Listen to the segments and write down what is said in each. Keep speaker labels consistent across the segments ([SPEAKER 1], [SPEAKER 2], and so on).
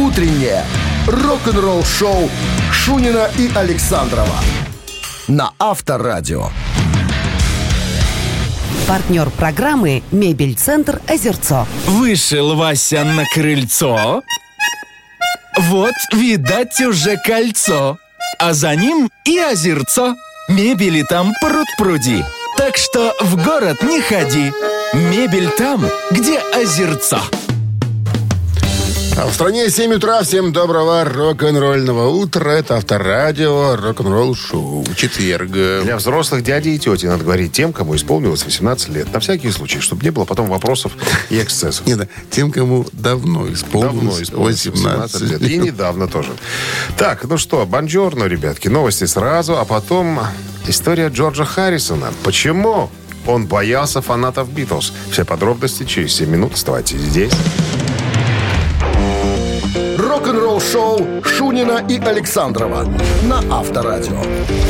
[SPEAKER 1] утреннее рок-н-ролл-шоу Шунина и Александрова на Авторадио.
[SPEAKER 2] Партнер программы «Мебель-центр Озерцо».
[SPEAKER 3] Вышел Вася на крыльцо. Вот, видать, уже кольцо. А за ним и озерцо. Мебели там пруд-пруди. Так что в город не ходи. Мебель там, где озерцо.
[SPEAKER 4] А в стране 7 утра. Всем доброго рок-н-ролльного утра. Это Авторадио, рок-н-ролл шоу. Четверг.
[SPEAKER 5] Для взрослых дядей и тети надо говорить тем, кому исполнилось 18 лет. На всякий случай, чтобы не было потом вопросов и эксцессов.
[SPEAKER 4] Нет, тем, кому давно исполнилось 18 лет.
[SPEAKER 5] И недавно тоже. Так, ну что, бонжорно, ребятки. Новости сразу, а потом история Джорджа Харрисона. Почему он боялся фанатов Битлз? Все подробности через 7 минут. Оставайтесь здесь.
[SPEAKER 1] Рок-н-ролл-шоу Шунина и Александрова на Авторадио.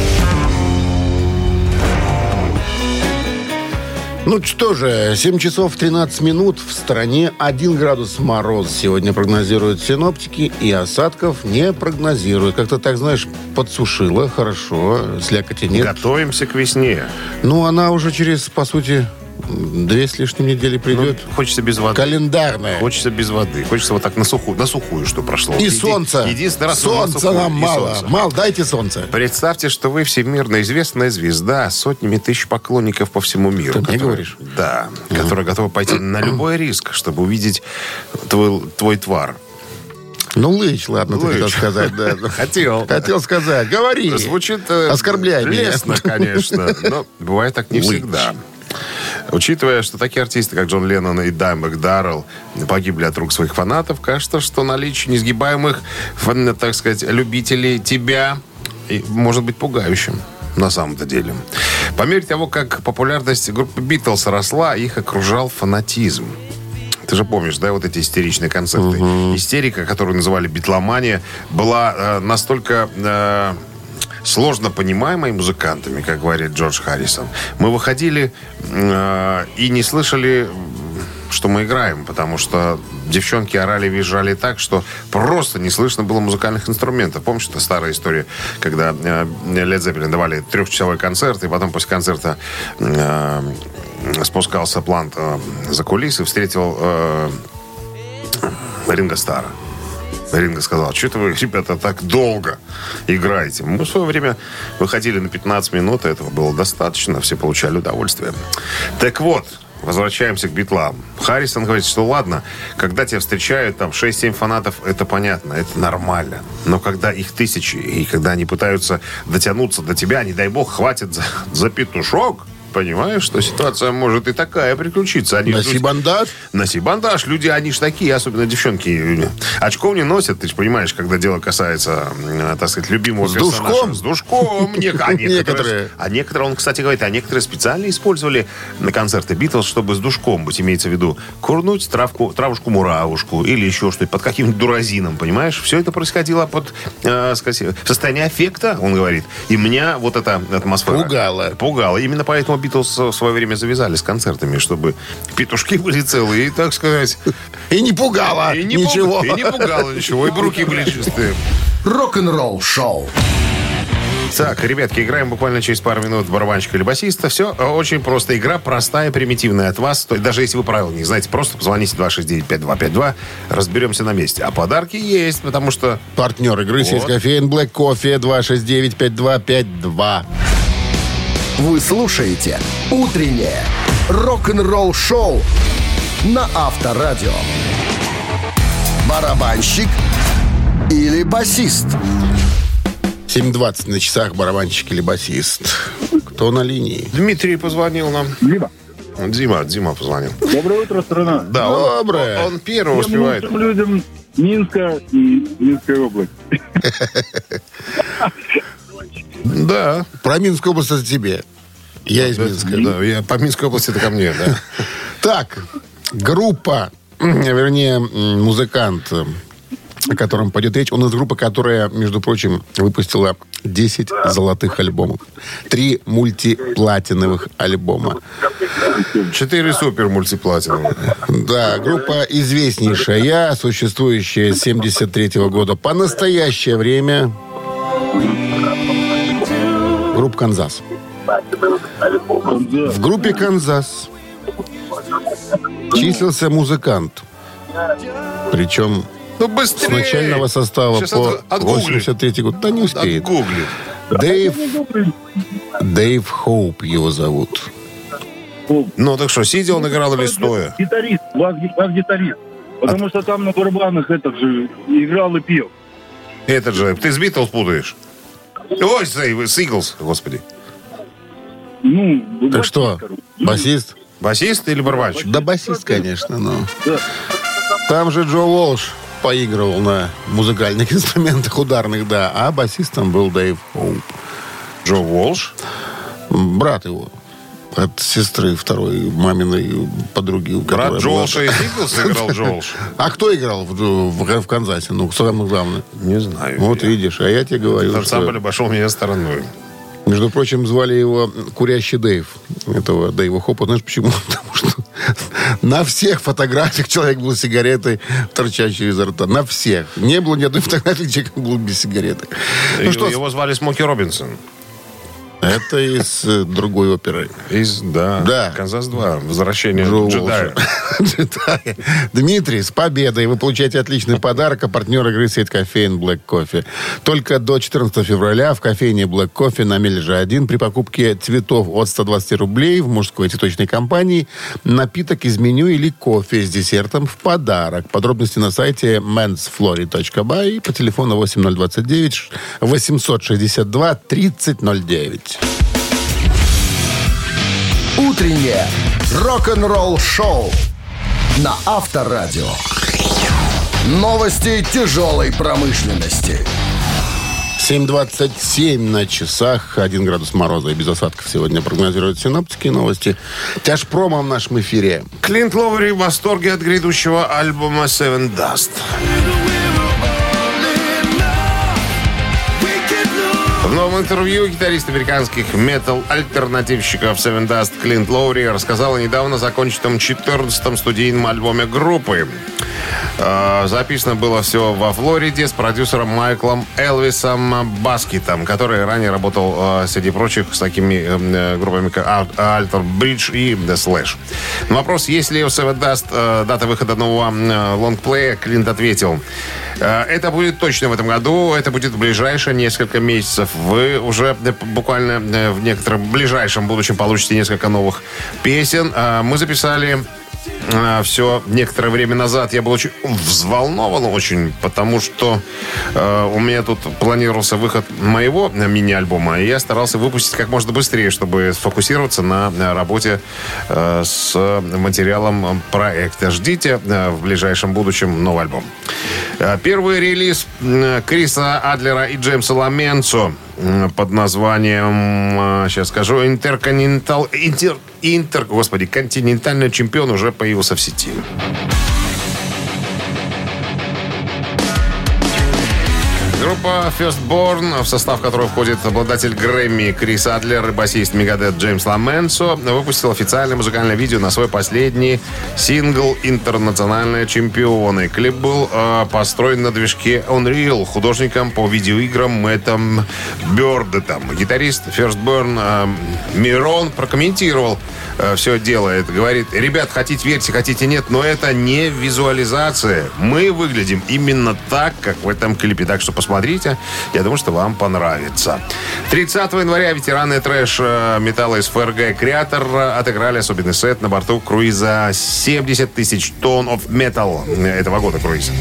[SPEAKER 4] Ну что же, 7 часов 13 минут. В стране 1 градус мороз. Сегодня прогнозируют синоптики, и осадков не прогнозируют. Как-то так, знаешь, подсушило, хорошо, слякоти нет.
[SPEAKER 5] Готовимся к весне.
[SPEAKER 4] Ну, она уже через, по сути, 2 с лишним недели придет.
[SPEAKER 5] Ну, хочется без воды.
[SPEAKER 4] Календарная.
[SPEAKER 5] Хочется без воды. Хочется вот так на сухую, что прошло.
[SPEAKER 4] И солнце.
[SPEAKER 5] Единственный раз
[SPEAKER 4] Солнца нам мало.
[SPEAKER 5] Солнце.
[SPEAKER 4] Мало, дайте солнце.
[SPEAKER 5] Представьте, что вы всемирно известная звезда с сотнями тысяч поклонников по всему миру.
[SPEAKER 4] Ты мне говоришь?
[SPEAKER 5] Да. Которые готовы пойти на любой риск, чтобы увидеть твой твар.
[SPEAKER 4] Ну, лыч, ладно, ты хотел сказать. Да. Хотел сказать. Говори.
[SPEAKER 5] Звучит
[SPEAKER 4] оскорбляй меня.
[SPEAKER 5] лестно, конечно. Но бывает так не всегда. Учитывая, что такие артисты, как Джон Леннон и Даймонд Даррелл, погибли от рук своих фанатов, кажется, что наличие несгибаемых, так сказать, любителей тебя может быть пугающим. На самом-то деле. По мере того, как популярность группы Битлз росла, их окружал фанатизм. Ты же помнишь, да, вот эти истеричные концерты. Истерика, которую называли битломания, была настолько... сложно понимаемой музыкантами, как говорит Джордж Харрисон. Мы выходили и не слышали, что мы играем, потому что девчонки орали, визжали так, что просто не слышно было музыкальных инструментов. Помнишь, это старая история, когда Led Zeppelin давали 3-часовой концерт, и потом после концерта спускался Плант за кулисы и встретил Ринго Старра. Ринго сказал, что-то вы, ребята, так долго играете. Мы в свое время выходили на 15 минут, и этого было достаточно, все получали удовольствие. Так вот, возвращаемся к Битлам. Харрисон говорит, что ладно, когда тебя встречают там 6-7 фанатов, это понятно, это нормально. Но когда их тысячи, и когда они пытаются дотянуться до тебя, не дай бог, хватит за петушок, понимаешь, что ситуация может и такая приключиться. Они
[SPEAKER 4] Наси-бандаж?
[SPEAKER 5] Наси-бандаж. Люди, они ж такие, особенно девчонки. Очков не носят, ты же понимаешь, когда дело касается, так сказать, любимого персонажа. С душком. Некоторые. А некоторые, он, кстати, говорит, специально использовали на концерты Битлз, чтобы с душком быть, имеется в виду, курнуть травушку-муравушку или еще что-то, под каким-нибудь дуразином, понимаешь? Все это происходило под, сказать, состояние аффекта, он говорит. И меня вот эта атмосфера пугала. Именно поэтому Битлз в свое время завязали с концертами, чтобы петушки были целые, и, так сказать...
[SPEAKER 4] И не пугало ничего.
[SPEAKER 5] И не пугало ничего, и руки были чистые.
[SPEAKER 1] Рок-н-ролл шоу.
[SPEAKER 5] Так, ребятки, играем буквально через пару минут в барабанщика или басиста. Все очень просто. Игра простая, примитивная от вас. То есть, даже если вы правил не знаете, просто позвоните 269-5252. Разберемся на месте. А подарки есть, потому что...
[SPEAKER 4] Партнер игры сеть кофеин Black Coffee 269-5252.
[SPEAKER 1] Вы слушаете «Утреннее рок-н-ролл-шоу» на Авторадио. Барабанщик или басист?
[SPEAKER 4] 7:20 на часах, барабанщик или басист. Кто на линии?
[SPEAKER 5] Дмитрий позвонил нам. Дима позвонил.
[SPEAKER 6] Доброе утро, страна.
[SPEAKER 5] Да,
[SPEAKER 4] доброе.
[SPEAKER 5] Он первый успевает.
[SPEAKER 6] Всем людям Минска и Минской области.
[SPEAKER 5] Да.
[SPEAKER 4] Про Минскую область это тебе. Я из Минска.
[SPEAKER 5] Да, я по Минской области это ко мне, да.
[SPEAKER 4] Так, группа, вернее, музыкант о котором пойдет речь, он из группы, которая, между прочим, выпустила 10 золотых альбомов. 3 мультиплатиновых альбома.
[SPEAKER 5] 4 супер мультиплатиновых.
[SPEAKER 4] Да, группа известнейшая, существующая с 73-го года по настоящее время. Группа «Канзас». В группе «Канзас» числился музыкант. Причем с начального состава
[SPEAKER 5] сейчас
[SPEAKER 4] по 83-й год. Да не успеет. Дэйв Хоуп его зовут.
[SPEAKER 5] Ну, так что, сидя он играл или стоя?
[SPEAKER 6] Гитарист, бас-гитарист. Потому что там на барабанах этот же играл и пел.
[SPEAKER 5] Этот же, ты с Битлз путаешь? Ой, с Иглс, господи.
[SPEAKER 6] Ну,
[SPEAKER 4] Так что, басист?
[SPEAKER 5] Басист или барабанщик?
[SPEAKER 4] Да басист, конечно, но...
[SPEAKER 6] Да.
[SPEAKER 4] Там же Джо Уолш поигрывал на музыкальных инструментах ударных, да, а басистом был Дэйв Хоуп.
[SPEAKER 5] Джо Уолш?
[SPEAKER 4] Брат его. От сестры второй маминой подруги.
[SPEAKER 5] Брат Джо Уолша из Иглс играл Джо Уолш?
[SPEAKER 4] А кто играл в Канзасе? Ну, самое главное.
[SPEAKER 5] Не знаю.
[SPEAKER 4] Вот видишь, а я тебе говорю,
[SPEAKER 5] Ансамбль
[SPEAKER 4] что...
[SPEAKER 5] обошел меня стороной.
[SPEAKER 4] Между прочим, звали его Курящий Дэйв. Этого Дэйва Хопа. Знаешь почему? Потому что на всех фотографиях человек был с сигаретой, торчащей изо рта. На всех. Не было ни одной фотографии, где человек был без сигареты. Ну, что...
[SPEAKER 5] Его звали Смоки Робинсон.
[SPEAKER 4] Это из другой оперы.
[SPEAKER 5] Да. «Канзас-2». Возвращение джедая.
[SPEAKER 4] Дмитрий, с победой! Вы получаете отличный подарок, а партнер игры сеть кофеин Black Coffee. Только до 14 февраля в кофейне Black Coffee на Мельже 1 при покупке цветов от 120 рублей в мужской цветочной компании напиток из меню или кофе с десертом в подарок. Подробности на сайте mensflory.by и по телефону 8029 862 3009.
[SPEAKER 1] Утреннее рок-н-ролл-шоу на Авторадио. Новости тяжелой промышленности.
[SPEAKER 4] 7:27 на часах. 1 градус мороза и без осадков сегодня прогнозируют синоптики. Новости тяжпрома в нашем эфире.
[SPEAKER 5] Клинт Лоури в восторге от грядущего альбома Seven Dust. В новом интервью гитарист американских метал-альтернативщиков Seven Dust Клинт Лоури рассказал о недавно законченном 14-м студийном альбоме группы. Записано было все во Флориде с продюсером Майклом Элвисом Баскетом, который ранее работал, среди прочих, с такими группами, как Alter Bridge и The Slash. На вопрос, есть ли у Seven Dust дата выхода нового лонгплея, Клинт ответил: это будет точно в этом году, это будет в ближайшие несколько месяцев. Вы уже буквально в некотором ближайшем будущем получите несколько новых песен. Мы записали все некоторое время назад. Я был очень взволнован очень, потому что у меня тут планировался выход моего мини-альбома, и я старался выпустить как можно быстрее, чтобы сфокусироваться на работе с материалом проекта. Ждите в ближайшем будущем новый альбом. Первый релиз Криса Адлера и Джеймса Ламенцо под названием, сейчас скажу, континентальный чемпион уже появился в сети. Группа Firstborn, в состав которой входит обладатель Грэмми Крис Адлер и басист Мегадет Джеймс Ламенцо, выпустил официальное музыкальное видео на свой последний сингл «Интернациональные чемпионы». Клип был построен на движке Unreal художником по видеоиграм Мэттом Бёрдетом. Гитарист Firstborn Мирон прокомментировал все дело. Говорит: ребят, хотите верьте, хотите нет, но это не визуализация. Мы выглядим именно так, как в этом клипе. Так что посмотрите, я думаю, что вам понравится. 30 января ветераны трэш-металла из ФРГ Креатор отыграли особенный сет на борту круиза 70 тысяч тонн of metal этого года круиза.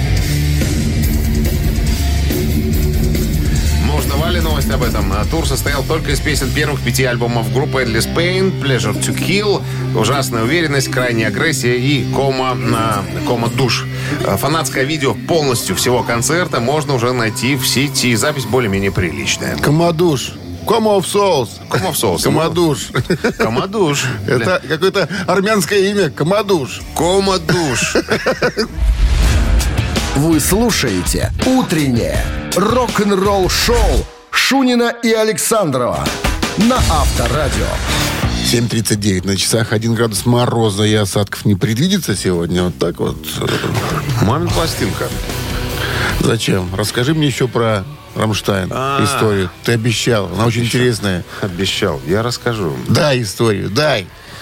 [SPEAKER 5] Мы узнавали новость об этом. Тур состоял только из песен первых 5 альбомов группы Endless Pain, Pleasure to Kill, Ужасная уверенность, Крайняя агрессия и Кома душ. Фанатское видео полностью всего концерта можно уже найти в сети. Запись более-менее приличная.
[SPEAKER 4] Комадуш. Come of Souls.
[SPEAKER 5] Come of Souls.
[SPEAKER 4] Комадуш.
[SPEAKER 5] Комадуш.
[SPEAKER 4] Это какое-то армянское имя. Комадуш.
[SPEAKER 5] Комадуш.
[SPEAKER 1] Вы слушаете «Утреннее рок-н-ролл-шоу» Шунина и Александрова на Авторадио.
[SPEAKER 4] 7:39 на часах, 1 градус мороза и осадков не предвидится сегодня. Вот так вот.
[SPEAKER 5] Мамин пластинка.
[SPEAKER 4] Зачем? Расскажи мне еще про Рамштайн историю. Ты обещал, она очень интересная.
[SPEAKER 5] Обещал. Я расскажу.
[SPEAKER 4] Дай историю, дай.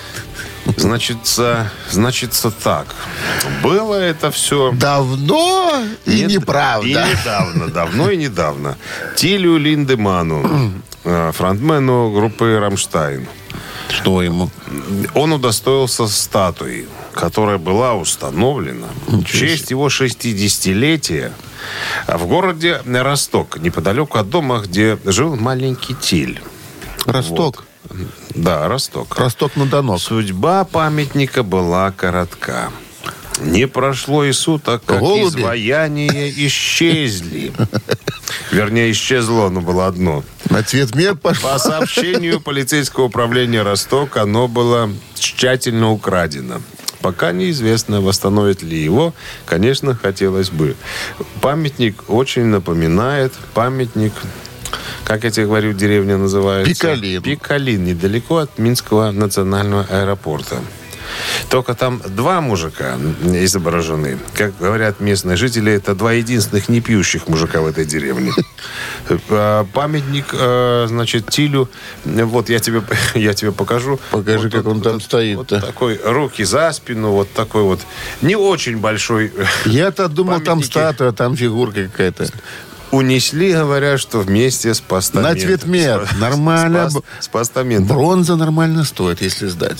[SPEAKER 5] Значится так. Было это все...
[SPEAKER 4] Давно и неправда.
[SPEAKER 5] И недавно, давно и недавно. Тилю Линдеману, фронтмену группы «Рамштайн».
[SPEAKER 4] Что ему?
[SPEAKER 5] Он удостоился статуи, которая была установлена в честь его 60-летия в городе Росток, неподалеку от дома, где жил маленький Тиль.
[SPEAKER 4] Росток?
[SPEAKER 5] Вот. Да, Росток.
[SPEAKER 4] Росток-на-Дону.
[SPEAKER 5] Судьба памятника была коротка. Не прошло и суток, как
[SPEAKER 4] голуби?
[SPEAKER 5] изваяния исчезли. Вернее, исчезло, но было одно.
[SPEAKER 4] На цвет мер пошло.
[SPEAKER 5] По сообщению полицейского управления Росток, оно было тщательно украдено. Пока неизвестно, восстановят ли его. Конечно, хотелось бы. Памятник очень напоминает памятник... Как я тебе говорю, деревня называется?
[SPEAKER 4] Пикалин.
[SPEAKER 5] Пикалин, недалеко от Минского национального аэропорта. Только там 2 мужика изображены. Как говорят местные жители, это 2 единственных непьющих мужика в этой деревне. Памятник, значит, Тилю. Вот я тебе покажу.
[SPEAKER 4] Покажи, вот как он там стоит-то.
[SPEAKER 5] Вот такой, руки за спину, вот такой вот. Не очень большой.
[SPEAKER 4] Я-то думал, там статуя, там фигурка какая-то.
[SPEAKER 5] Унесли, говорят, что вместе с постаментом.
[SPEAKER 4] На цвет мер. Нормально.
[SPEAKER 5] С постаментом.
[SPEAKER 4] Бронза нормально стоит, если сдать.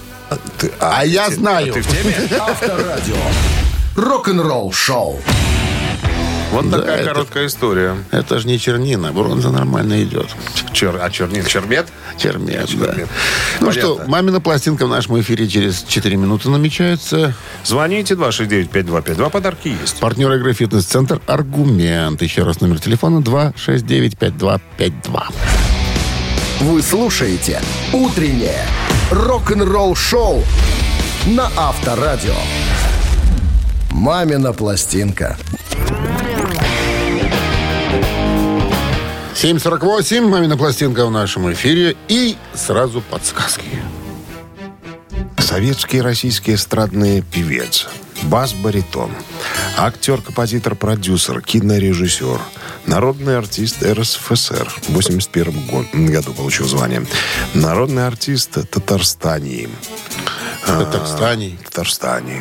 [SPEAKER 4] Я знаю.
[SPEAKER 5] Ты в теме?
[SPEAKER 1] Авторадио. Рок-н-ролл-шоу.
[SPEAKER 5] Вот
[SPEAKER 4] Да,
[SPEAKER 5] такая короткая история.
[SPEAKER 4] Это же не чернина. Бронза нормально идет.
[SPEAKER 5] Чернин? Чермет?
[SPEAKER 4] Чермет, да.
[SPEAKER 5] Чермет.
[SPEAKER 4] Ну
[SPEAKER 5] Понятно.
[SPEAKER 4] что, мамина пластинка в нашем эфире через 4 минуты намечается.
[SPEAKER 5] Звоните 269-5252. Подарки есть.
[SPEAKER 4] Партнер игры «Фитнес-центр Аргумент». Еще раз номер телефона 269-5252.
[SPEAKER 1] Вы слушаете «Утреннее рок-н-ролл-шоу» на Авторадио. «Мамина пластинка».
[SPEAKER 4] 7:48, мамина пластинка в нашем эфире. И сразу подсказки.
[SPEAKER 5] Советский и российский эстрадный певец, бас-баритон, актер, композитор, продюсер, кинорежиссер, народный артист РСФСР. В 1981 году получил звание. Народный артист Татарстании. Татарстании.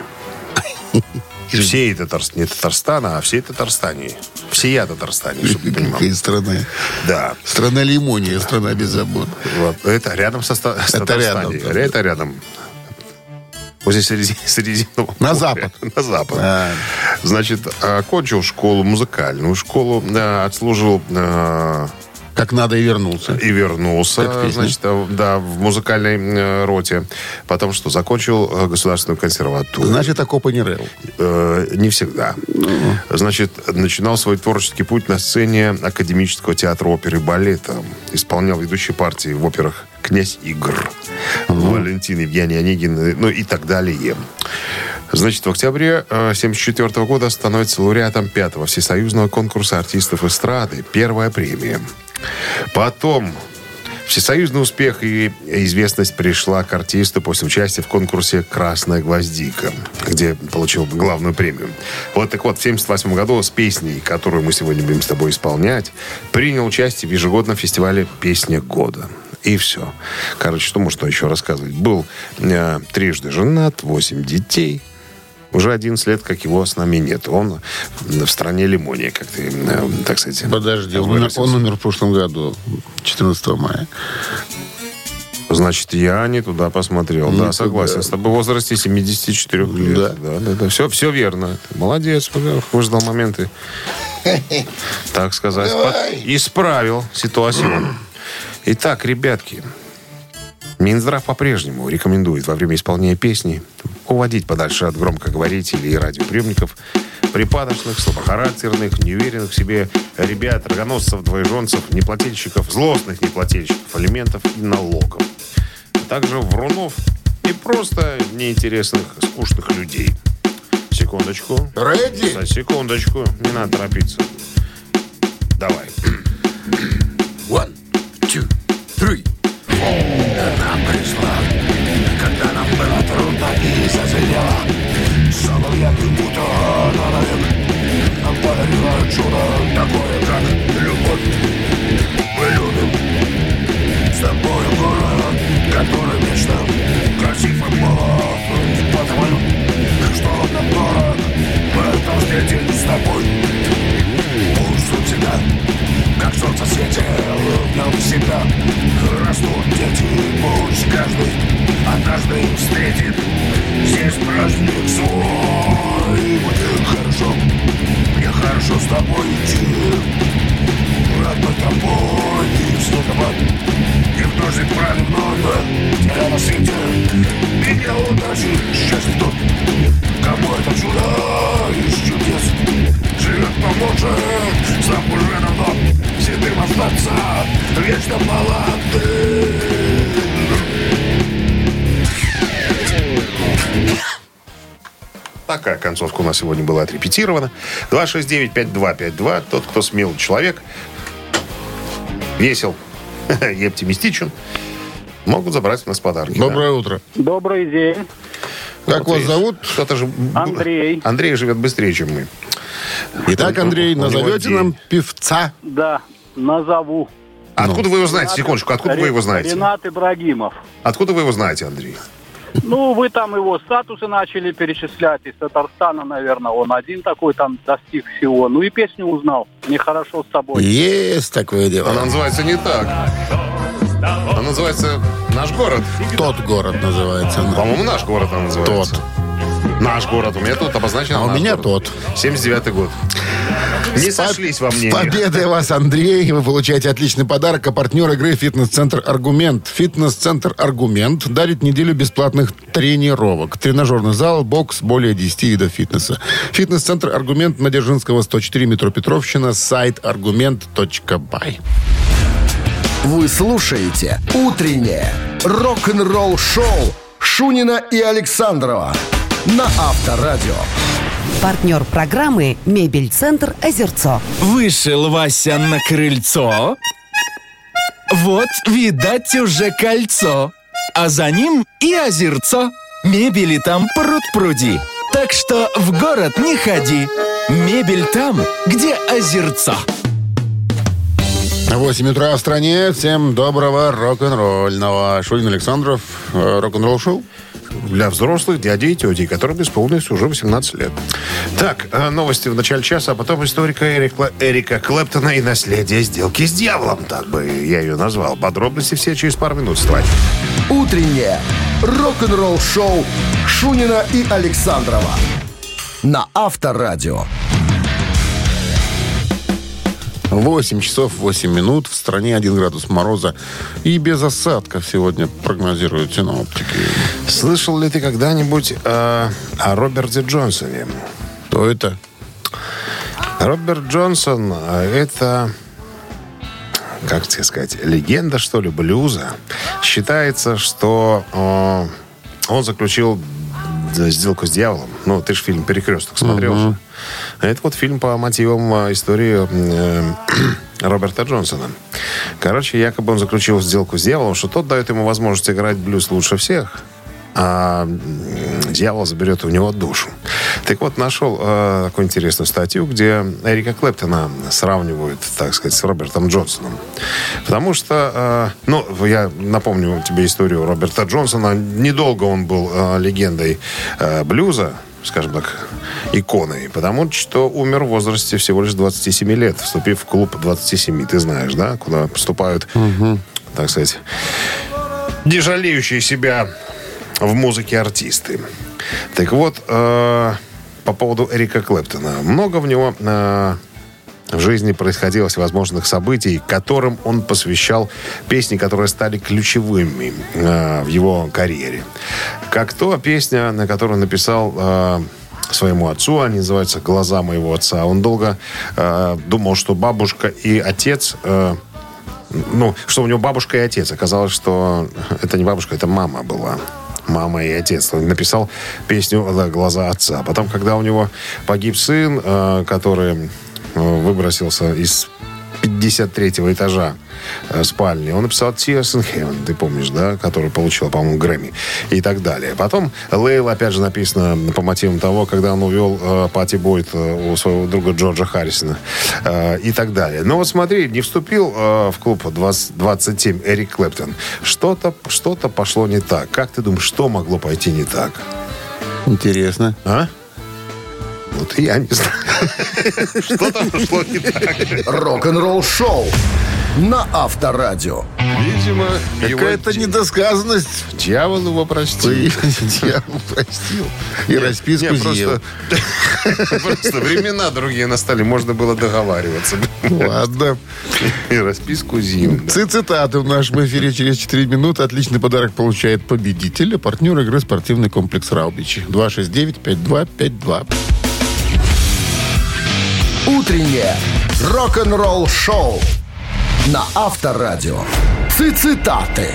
[SPEAKER 5] Всей Татарстане. Не Татарстана, а всей Татарстане. Всея Татарстане, чтобы ты понимал.
[SPEAKER 4] Какая страна.
[SPEAKER 5] Да.
[SPEAKER 4] Страна лимония, страна без забот.
[SPEAKER 5] Вот. Это рядом с Татарстанией. Это рядом. Возле Средиземного
[SPEAKER 4] На
[SPEAKER 5] моря.
[SPEAKER 4] запад.
[SPEAKER 5] На запад.
[SPEAKER 4] А.
[SPEAKER 5] Значит, окончил школу, музыкальную школу, отслужил...
[SPEAKER 4] Как надо и вернулся.
[SPEAKER 5] И вернулся, значит, да, в музыкальной роте. Потом что, закончил государственную консерваторию.
[SPEAKER 4] Значит, окопы не рыл.
[SPEAKER 5] Не всегда. Значит, начинал свой творческий путь на сцене Академического театра оперы и балета. Исполнял ведущие партии в операх «Князь Игорь», «Валентин», «Евгений Онегин», ну и так далее. Значит, в октябре 1974 года становится лауреатом 5-го всесоюзного конкурса артистов эстрады. Первая премия. Потом всесоюзный успех и известность пришла к артисту после участия в конкурсе «Красная гвоздика», где получил главную премию. Вот так вот, в 1978 году с песней, которую мы сегодня будем с тобой исполнять, принял участие в ежегодном фестивале «Песня года». И все. Короче, что можно еще рассказывать? Был трижды женат, 8 детей. Уже 11 лет, как его с нами нет. Он в стране лимония, как ты, так сказать.
[SPEAKER 4] Подожди, он умер в прошлом году, 14 мая.
[SPEAKER 5] Значит, я не туда посмотрел. Да, согласен. С тобой в возрасте 74 лет. Да. Все верно. Ты молодец. Выждал моменты. Так сказать. Исправил ситуацию. Итак, ребятки. Минздрав по-прежнему рекомендует во время исполнения песни уводить подальше от громкоговорителей и радиоприемников припадочных, слабохарактерных, неуверенных в себе ребят, рогоносцев, двоеженцев, неплательщиков, злостных неплательщиков алиментов и налогов. Также врунов и просто неинтересных, скучных людей. секундочку.
[SPEAKER 4] Ready?
[SPEAKER 5] Секундочку. Не надо торопиться. Давай.
[SPEAKER 1] 1, 2, 3. Она пришла, когда нам было трудно и зазвенела. Соловьями будто навек нам подарила чудо такое, как любовь. Мы любим с тобой город, который вечно красив и молод. Потому что он нам дорог, мы это встретили с тобой. Пусть у тебя, как солнце светит, в нем всегда растут дети. Пусть каждый однажды их встретит. Здесь праздник свой. Мне хорошо, мне хорошо с тобой идти. Рад быть тобой и в снегопад, и в дождик проливной. Тебя на свете, меня удачи, счастье тут. Кому это чудо из чудес живет помолча, сам уже давно седым остаться, вечно молодым.
[SPEAKER 5] Такая концовка у нас сегодня была отрепетирована. 269-5252. Тот, кто смелый человек, весел и оптимистичен, могут забрать у нас подарки.
[SPEAKER 4] Доброе утро.
[SPEAKER 6] Добрый день.
[SPEAKER 4] Как вас зовут?
[SPEAKER 5] Кто-то же...
[SPEAKER 6] Андрей.
[SPEAKER 5] Андрей живет быстрее, чем мы.
[SPEAKER 4] Итак, Андрей,
[SPEAKER 5] У него
[SPEAKER 4] назовете
[SPEAKER 5] день.
[SPEAKER 4] нам певца?
[SPEAKER 6] Да, назову.
[SPEAKER 5] Откуда вы его знаете? Секундочку, откуда вы его знаете?
[SPEAKER 6] Ренат Ибрагимов.
[SPEAKER 5] Откуда вы его знаете, Андрей?
[SPEAKER 6] Ну, вы там его статусы начали перечислять. Из Татарстана, наверное, он один такой там достиг всего. Ну и песню узнал. Нехорошо с собой.
[SPEAKER 4] Есть такое дело.
[SPEAKER 5] Она называется не так. Она называется «Наш город».
[SPEAKER 4] Тот город называется.
[SPEAKER 5] По-моему, «Наш город» она называется.
[SPEAKER 4] Тот.
[SPEAKER 5] «Наш город». У меня тут обозначено
[SPEAKER 4] А у
[SPEAKER 5] «Наш
[SPEAKER 4] меня
[SPEAKER 5] город».
[SPEAKER 4] тот.
[SPEAKER 5] 79-й год. Не сошлись во
[SPEAKER 4] С
[SPEAKER 5] мнении.
[SPEAKER 4] победой вас, Андрей! Вы получаете отличный подарок, а партнер игры «Фитнес-центр Аргумент». «Фитнес-центр Аргумент» дарит неделю бесплатных тренировок. Тренажерный зал, бокс, более 10 видов фитнеса. «Фитнес-центр Аргумент» на Дзержинского, 104, метро Петровщина, сайт argument.by.
[SPEAKER 1] Вы слушаете «Утреннее рок-н-ролл-шоу» Шунина и Александрова на Авторадио.
[SPEAKER 2] Партнер программы «Мебель-центр Озерцо».
[SPEAKER 3] Вышел Вася на крыльцо. Вот, видать, уже кольцо. А за ним и озерцо. Мебели там пруд-пруди. Так что в город не ходи. Мебель там, где озерцо.
[SPEAKER 4] 8 утра в стране. Всем доброго рок-н-ролльного. Шунин, Александров. Рок-н-ролл шоу.
[SPEAKER 5] Для взрослых, дядей и тетей, которым исполнилось уже 18 лет. Так, новости в начале часа, а потом историка Эрика Клэптона и наследие сделки с дьяволом. Так бы я ее назвал. Подробности все через пару минут. Вставай.
[SPEAKER 1] «Утреннее рок-н-ролл-шоу» Шунина и Александрова на Авторадио.
[SPEAKER 4] 8 часов 8 минут. В стране 1 градус мороза. И без осадков сегодня прогнозируют синоптики.
[SPEAKER 5] Слышал ли ты когда-нибудь о Роберте Джонсоне?
[SPEAKER 4] Кто это?
[SPEAKER 5] Роберт Джонсон — это, как тебе сказать, легенда, что ли, блюза. Считается, что он заключил сделку с дьяволом. Ну, ты же фильм «Перекресток» смотрел же. Это вот фильм по мотивам истории Роберта Джонсона. Короче, якобы он заключил сделку с дьяволом, что тот дает ему возможность играть блюз лучше всех, а дьявол заберет у него душу. Так вот, нашел такую интересную статью, где Эрика Клэптона сравнивают, так сказать, с Робертом Джонсоном. Потому что, я напомню тебе историю Роберта Джонсона. Недолго он был легендой блюза, скажем так, иконой, потому что умер в возрасте всего лишь 27 лет, вступив в клуб 27. Ты знаешь, да, куда поступают, так сказать, не жалеющие себя в музыке артисты. Так вот, по поводу Эрика Клэптона. Много в него в жизни происходило всевозможных событий, которым он посвящал песни, которые стали ключевыми в его карьере. Как то песня, на которую написал своему отцу, они называются «Глаза моего отца». Он долго думал, что бабушка и отец... что у него бабушка и отец. Оказалось, что это не бабушка, это мама была. мама и отец. Он написал песню «Глаза отца». Потом, когда у него погиб сын, который выбросился из 53-го этажа спальни, он написал «Tears in Heaven», ты помнишь, да? Который получил, по-моему, Грэмми и так далее. Потом «Лейла», опять же, написано по мотивам того, когда он увел Патти Бойд у своего друга Джорджа Харрисона и так далее. Но вот смотри, не вступил в клуб 27 Эрик Клэптон. Что-то пошло не так. Как ты думаешь, что могло пойти не так?
[SPEAKER 4] Интересно.
[SPEAKER 5] А? Вот я не знаю. Что-то пошло не так.
[SPEAKER 1] Рок-н-ролл-шоу на Авторадио.
[SPEAKER 5] Видимо,
[SPEAKER 4] Какая-то недосказанность.
[SPEAKER 5] дьявол его простил.
[SPEAKER 4] Дьявол простил. И расписку съел.
[SPEAKER 5] Просто времена другие настали. Можно было договариваться.
[SPEAKER 4] Ладно.
[SPEAKER 5] И расписку зим.
[SPEAKER 4] Цитаты в нашем эфире через 4 минуты. Отличный подарок получает победитель. Партнер игры «Спортивный комплекс Раубичи». 269-5252.
[SPEAKER 1] Утреннее рок-н-ролл-шоу на Авторадио. Цитаты.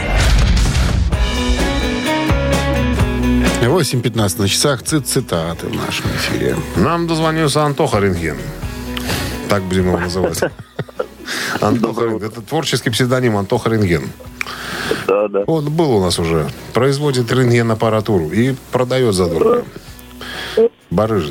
[SPEAKER 4] 8:15 на часах. Цитаты в нашем эфире.
[SPEAKER 5] Нам дозвонился Антоха Рентген. Так будем его называть. Антоха Рентген. Это творческий псевдоним Антоха Рентген.
[SPEAKER 7] Да.
[SPEAKER 5] Он был у нас уже. Производит рентген-аппаратуру и продает задорого. Барыжит.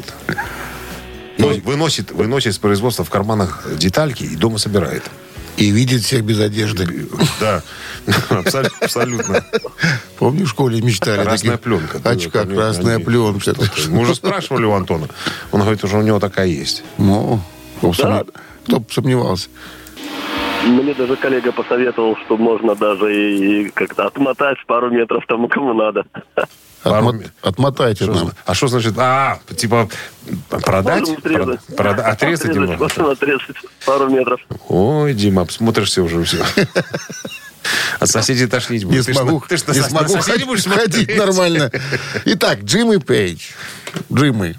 [SPEAKER 5] Выносит с производства в карманах детальки и дома собирает.
[SPEAKER 4] И видит всех без одежды.
[SPEAKER 5] Да, абсолютно.
[SPEAKER 4] Помню, в школе мечтали.
[SPEAKER 5] Красная пленка.
[SPEAKER 4] Очка, красная пленка.
[SPEAKER 5] Мы уже спрашивали у Антона. Он говорит, уже у него такая есть.
[SPEAKER 4] Ну, кто бы сомневался.
[SPEAKER 7] Мне даже коллега посоветовал, что можно даже и как-то отмотать пару метров тому, кому надо.
[SPEAKER 4] Отмотайте нам.
[SPEAKER 5] А что значит? Типа продать? Отрезать немного?
[SPEAKER 7] Можно отрезать пару метров.
[SPEAKER 5] Ой, Дима, обсмотришься уже все. От соседей тошнить
[SPEAKER 4] Не
[SPEAKER 5] будет.
[SPEAKER 4] смогу ходить нормально. Итак, Джимми Пейдж. Джимми,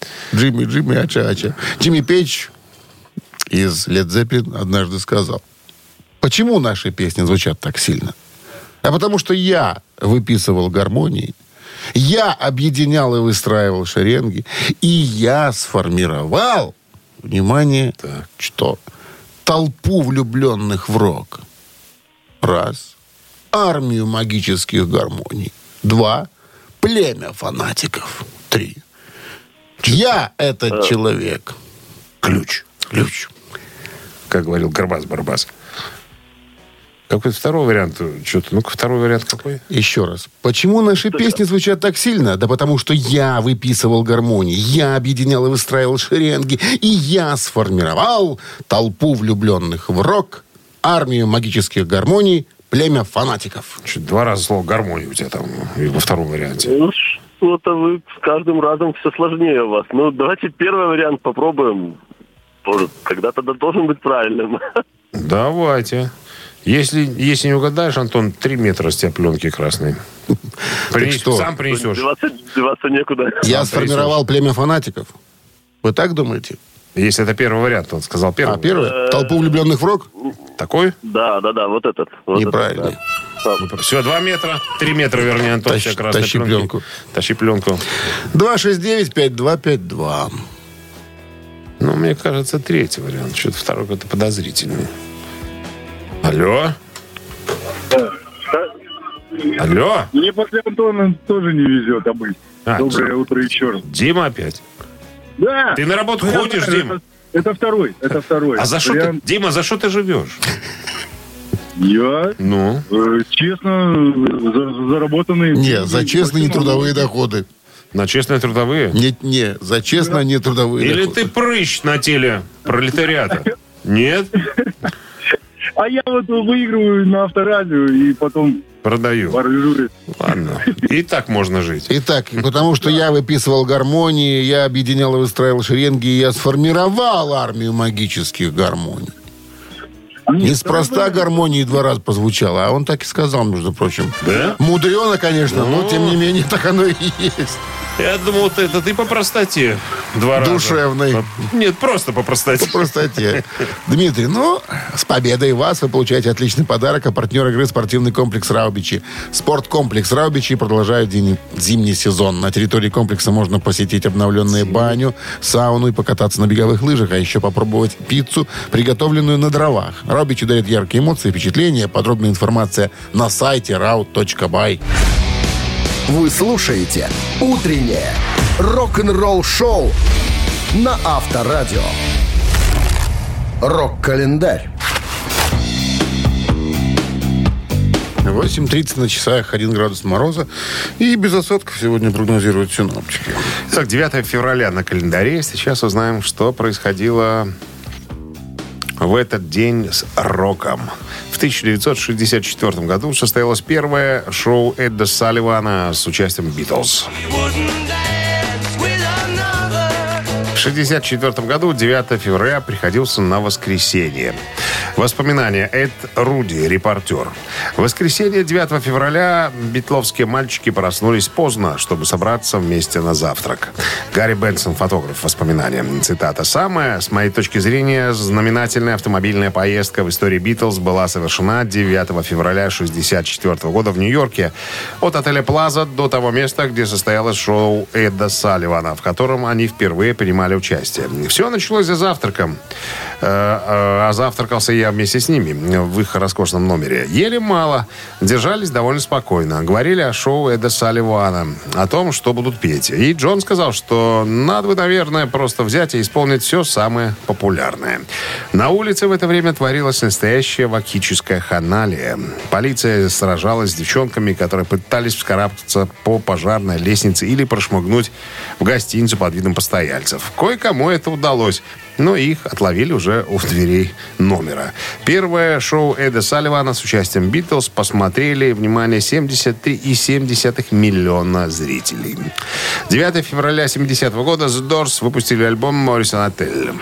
[SPEAKER 4] ача-ача. Джимми Пейдж из Led Zeppelin однажды сказал: почему наши песни звучат так сильно? А потому что я выписывал гармонии, я объединял и выстраивал шеренги, и я сформировал, внимание, что? Толпу влюбленных в рок. Раз. Армию магических гармоний. Два. Племя фанатиков. Три. Я этот человек. Ключ.
[SPEAKER 5] Как говорил Горбас-Барбас. Какой-то второй вариант? Ну-ка, второй вариант какой?
[SPEAKER 4] Еще раз. Почему наши песни звучат так сильно? Да потому что я выписывал гармонии, я объединял и выстраивал шеренги, и я сформировал толпу влюбленных в рок, армию магических гармоний, племя фанатиков.
[SPEAKER 5] Два раза слово «гармония» у тебя там во втором варианте.
[SPEAKER 7] Ну, что-то вы с каждым разом все сложнее у вас. Ну, давайте первый вариант попробуем. Когда-то должен быть правильным.
[SPEAKER 5] Давайте. Если не угадаешь, Антон, 3 метра с тебя пленки красной. Сам принесешь.
[SPEAKER 7] Деваться некуда.
[SPEAKER 4] Я сформировал племя фанатиков. Вы так думаете?
[SPEAKER 5] Если это первый вариант, он сказал первый.
[SPEAKER 4] Первый? Толпу влюбленных в рок?
[SPEAKER 5] Такой?
[SPEAKER 7] Да, вот этот.
[SPEAKER 4] Неправильно.
[SPEAKER 5] Все, 2 метра. 3 метра, вернее, Антон.
[SPEAKER 4] Тащи пленку.
[SPEAKER 5] Тащи пленку.
[SPEAKER 4] 269-5252.
[SPEAKER 5] Ну, мне кажется, третий вариант. Что-то второй какой-то подозрительный. Алло? Алло?
[SPEAKER 8] Мне после Антона тоже не везет обычно. Доброе утро еще раз.
[SPEAKER 5] Дима опять?
[SPEAKER 8] Да.
[SPEAKER 5] Ты на работу ходишь, Дима?
[SPEAKER 8] Это второй.
[SPEAKER 5] А за что ты, Дима, за что ты живешь?
[SPEAKER 8] Я?
[SPEAKER 5] Ну?
[SPEAKER 8] Честно, заработанные...
[SPEAKER 4] Нет, за честные нетрудовые доходы.
[SPEAKER 5] На честные трудовые?
[SPEAKER 4] Не, за честно нетрудовые доходы.
[SPEAKER 5] Или ты прыщ на теле пролетариата? Нет?
[SPEAKER 8] А я вот выигрываю на Авторадио и потом...
[SPEAKER 5] Продаю.
[SPEAKER 8] Барыжу.
[SPEAKER 5] Ладно. И так можно жить.
[SPEAKER 4] Итак, потому что я выписывал гармонии, я объединял и выстраивал шеренги, и я сформировал армию магических гармоний. Неспроста гармонии 2 раза прозвучало, а он так и сказал, между прочим.
[SPEAKER 5] Да?
[SPEAKER 4] Мудрено, конечно, но тем не менее так оно и есть.
[SPEAKER 5] Я думал, это ты по простоте 2 раза.
[SPEAKER 4] Душевной.
[SPEAKER 5] Нет, просто по простоте.
[SPEAKER 4] По простоте. Дмитрий, с победой вас вы получаете отличный подарок. А партнер игры спортивный комплекс «Раубичи». Спорткомплекс «Раубичи» продолжает зимний сезон. На территории комплекса можно посетить обновленную баню, сауну и покататься на беговых лыжах, а еще попробовать пиццу, приготовленную на дровах. «Раубичи» дарит яркие эмоции, впечатления. Подробная информация на сайте raut.by.
[SPEAKER 9] Вы слушаете «Утреннее рок-н-ролл-шоу» на Авторадио. Рок-календарь.
[SPEAKER 4] 8:30 на часах, 1 градус мороза. И без осадков сегодня прогнозируют синоптики.
[SPEAKER 5] Итак, 9 февраля на календаре. Сейчас узнаем, что происходило в этот день с роком. В 1964 году состоялось первое шоу Эда Салливана с участием «Битлз». В 1964 году 9 февраля приходился на воскресенье. Воспоминания. Эд Руди, репортер. В воскресенье 9 февраля битловские мальчики проснулись поздно, чтобы собраться вместе на завтрак. Гарри Бенсон, фотограф. Воспоминания. Цитата. «Самая, с моей точки зрения, знаменательная автомобильная поездка в истории Битлз была совершена 9 февраля 1964 года в Нью-Йорке от отеля «Плаза» до того места, где состоялось шоу Эда Салливана, в котором они впервые принимали участие. Все началось за завтраком. А завтракался я вместе с ними в их роскошном номере. Ели мало, держались довольно спокойно. Говорили о шоу Эда Салливана, о том, что будут петь. И Джон сказал, что надо бы, наверное, просто взять и исполнить все самое популярное. На улице в это время творилась настоящая вакхическая ханалия. Полиция сражалась с девчонками, которые пытались вскарабкаться по пожарной лестнице или прошмыгнуть в гостиницу под видом постояльцев. Кое-кому это удалось, но их отловили уже у дверей номера. Первое шоу Эда Салливана с участием Битлз посмотрели, внимание, 73,7 миллиона зрителей. 9 февраля 70 года The Doors выпустили альбом «Morrison Hotel».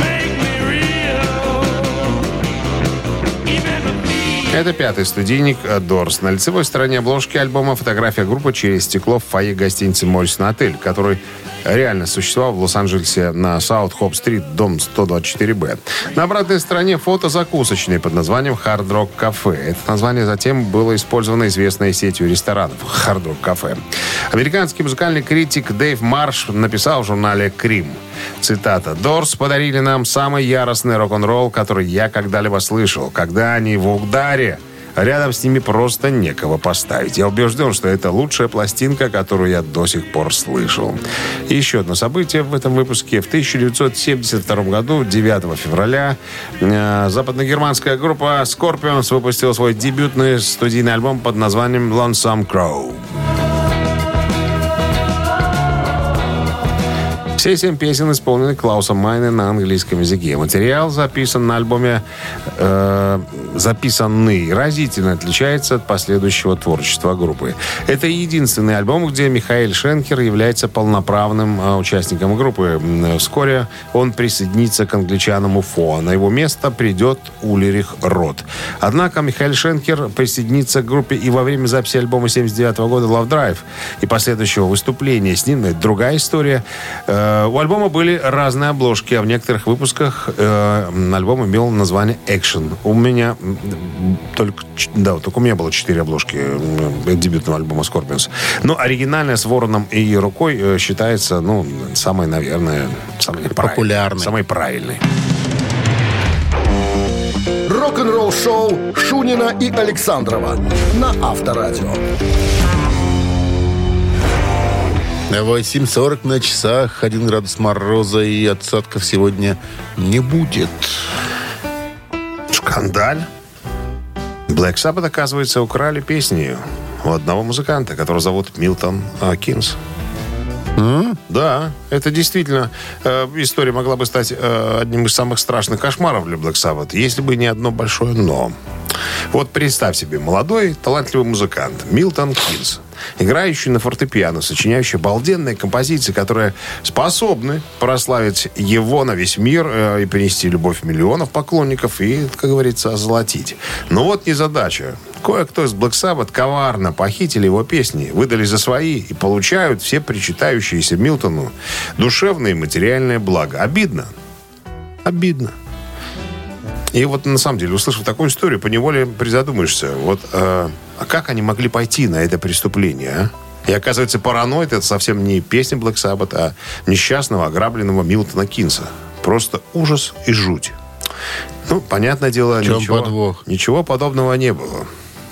[SPEAKER 5] Это 5-й студийник Doors. На лицевой стороне обложки альбома фотография группы через стекло в фойе гостиницы Morrison Hotel, который реально существовал в Лос-Анджелесе на Саут-Хоп-стрит, дом 124Б. На обратной стороне фото закусочной под названием Hard Rock Cafe. Это название затем было использовано известной сетью ресторанов Hard Rock Cafe. Американский музыкальный критик Дэйв Марш написал в журнале «Крим». Цитата. «Doors подарили нам самый яростный рок-н-ролл, который я когда-либо слышал. Когда они в ударе, рядом с ними просто некого поставить. Я убежден, что это лучшая пластинка, которую я до сих пор слышал». И еще одно событие в этом выпуске. В 1972 году, 9 февраля, западногерманская группа Scorpions выпустила свой дебютный студийный альбом под названием «Lonesome Crow». Все 7 песен исполнены Клаусом Майне на английском языке. Материал записан на альбоме записанный разительно отличается от последующего творчества группы. Это единственный альбом, где Михаэль Шенкер является полноправным участником группы. Вскоре он присоединится к англичанам Уфо, а на его место придет Ульрих Рот. Однако Михаэль Шенкер присоединится к группе и во время записи альбома 1979 года «Love Drive» и последующего выступления с ним. Это другая история. У альбома были разные обложки, а в некоторых выпусках альбом имел название «Action». У меня только у меня было 4 обложки дебютного альбома Scorpions. Но оригинальная с вороном и рукой считается, самой, наверное, самой популярной, самой правильной.
[SPEAKER 9] Рок-н-ролл шоу Шунина и Александрова на Авторадио.
[SPEAKER 4] 8:40 на часах, 1 градус мороза, и осадков сегодня не будет.
[SPEAKER 5] Скандаль. Black Sabbath, оказывается, украли песни у одного музыканта, которого зовут Милтон Кинс. Да, это действительно история могла бы стать одним из самых страшных кошмаров для Black Sabbath, если бы не одно большое «но». Вот представь себе, молодой, талантливый музыкант Милтон Кинс, играющий на фортепиано, сочиняющий обалденные композиции, которые способны прославить его на весь мир и принести любовь миллионов поклонников и, как говорится, озолотить. Но вот незадача. Кое-кто из Black Sabbath коварно похитили его песни, выдали за свои и получают все причитающиеся Милтону душевное и материальное благо. Обидно. Обидно. И вот на самом деле, услышав такую историю, поневоле призадумаешься, вот а как они могли пойти на это преступление, а? И оказывается, «Параноид» — это совсем не песня Black Sabbath, а несчастного, ограбленного Милтона Кинса. Просто ужас и жуть. Ну, понятное дело, ничего подобного не было.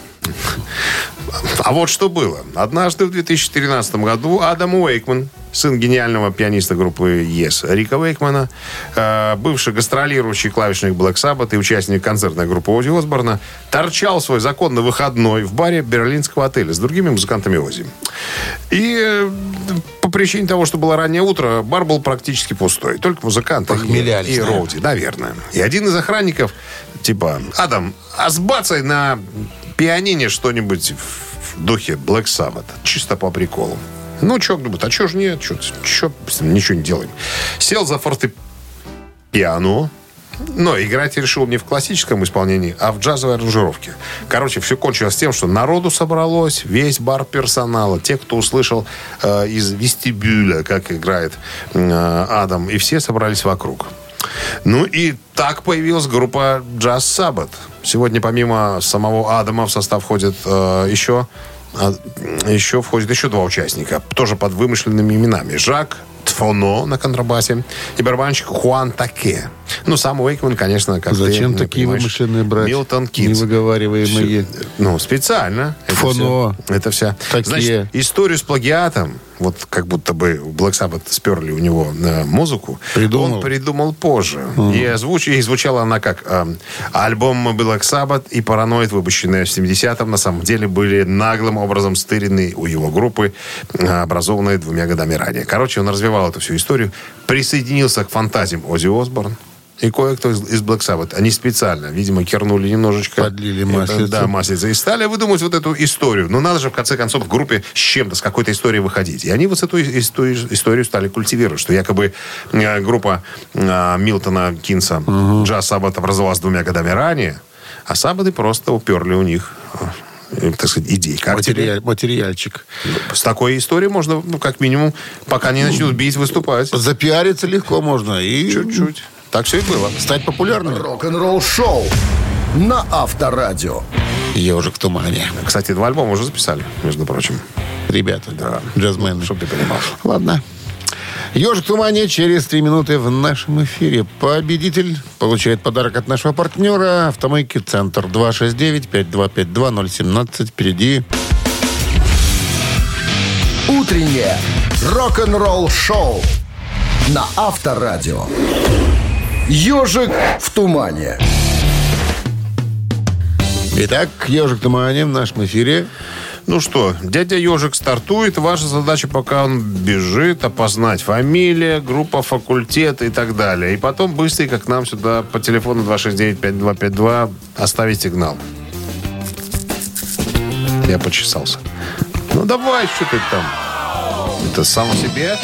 [SPEAKER 5] А вот что было. Однажды в 2013 году Адам Уэйкман, сын гениального пианиста группы Yes Рика Уэйкмана, бывший гастролирующий клавишник Black Sabbath и участник концертной группы Оззи Осборна, торчал свой законный выходной в баре берлинского отеля с другими музыкантами Оззи. И по причине того, что было раннее утро, бар был практически пустой. Только музыканты и Роуди, наверное. И один из охранников, типа: «Адам, а сбацай на пианине что-нибудь в духе Black Sabbath. Чисто по приколу». Ну, что, думает, а что ж нет? Что, ничего не делаем. Сел за фортепиано, но играть решил не в классическом исполнении, а в джазовой аранжировке. Короче, все кончилось тем, что народу собралось, весь бар персонала, те, кто услышал из вестибюля, как играет Адам, и все собрались вокруг. Ну и так появилась группа Jazz Sabbath. Сегодня помимо самого Адама в состав входит еще два участника, тоже под вымышленными именами. Жак Тфоно на контрабасе и барабанщик Хуан Таке. Ну, сам Уэйкман, конечно, как
[SPEAKER 4] зачем такие вымышленные брать?
[SPEAKER 5] Милтон Кинс.
[SPEAKER 4] Невыговариваемые.
[SPEAKER 5] Ну, специально.
[SPEAKER 4] Фоно.
[SPEAKER 5] Это вся.
[SPEAKER 4] Такие.
[SPEAKER 5] Значит, историю с плагиатом, вот как будто бы Black Sabbath сперли у него музыку, он придумал позже. И звучала она как альбом Black Sabbath и «Параноид», выпущенные в 70-м, на самом деле были наглым образом стырены у его группы, образованной 2 годами ранее. Короче, он развивал эту всю историю, присоединился к фантазиям Оззи Осборн и кое-кто из Black Sabbath. Они специально, видимо, кернули немножечко.
[SPEAKER 4] Подлили маслица.
[SPEAKER 5] Да, маслица. И стали выдумывать вот эту историю. Но надо же, в конце концов, в группе с чем-то, с какой-то историей выходить. И они вот эту историю стали культивировать, что якобы группа Милтона Кинса Jazz Sabbath образовалась 2 годами ранее, а Саббаты просто уперли у них, так сказать, идей.
[SPEAKER 4] Материальчик.
[SPEAKER 5] С такой историей можно, как минимум, пока не начнут бить, выступать.
[SPEAKER 4] Запиариться легко можно. И
[SPEAKER 5] чуть-чуть. Так все и было.
[SPEAKER 4] Стать популярным.
[SPEAKER 9] Рок-н-ролл шоу на Авторадио.
[SPEAKER 4] «Ежик в тумане».
[SPEAKER 5] Кстати, 2 альбома уже записали, между прочим.
[SPEAKER 4] Ребята,
[SPEAKER 5] Да.
[SPEAKER 4] Джазмены.
[SPEAKER 5] Чтоб ты понимал.
[SPEAKER 4] Ладно. «Ежик в тумане» через 3 минуты в нашем эфире. Победитель получает подарок от нашего партнера «Автомойки Центр». 269-5252-017. Впереди.
[SPEAKER 9] Утреннее рок-н-ролл шоу на Авторадио. «Ежик в тумане».
[SPEAKER 4] Итак, «Ежик в тумане» в нашем эфире.
[SPEAKER 5] Ну что, дядя Ежик стартует. Ваша задача, пока он бежит, опознать фамилия, группа, факультет и так далее. И потом быстренько к нам сюда по телефону 269-5252 оставить сигнал. Я почесался. Ну давай, что ты там? Это сам себе?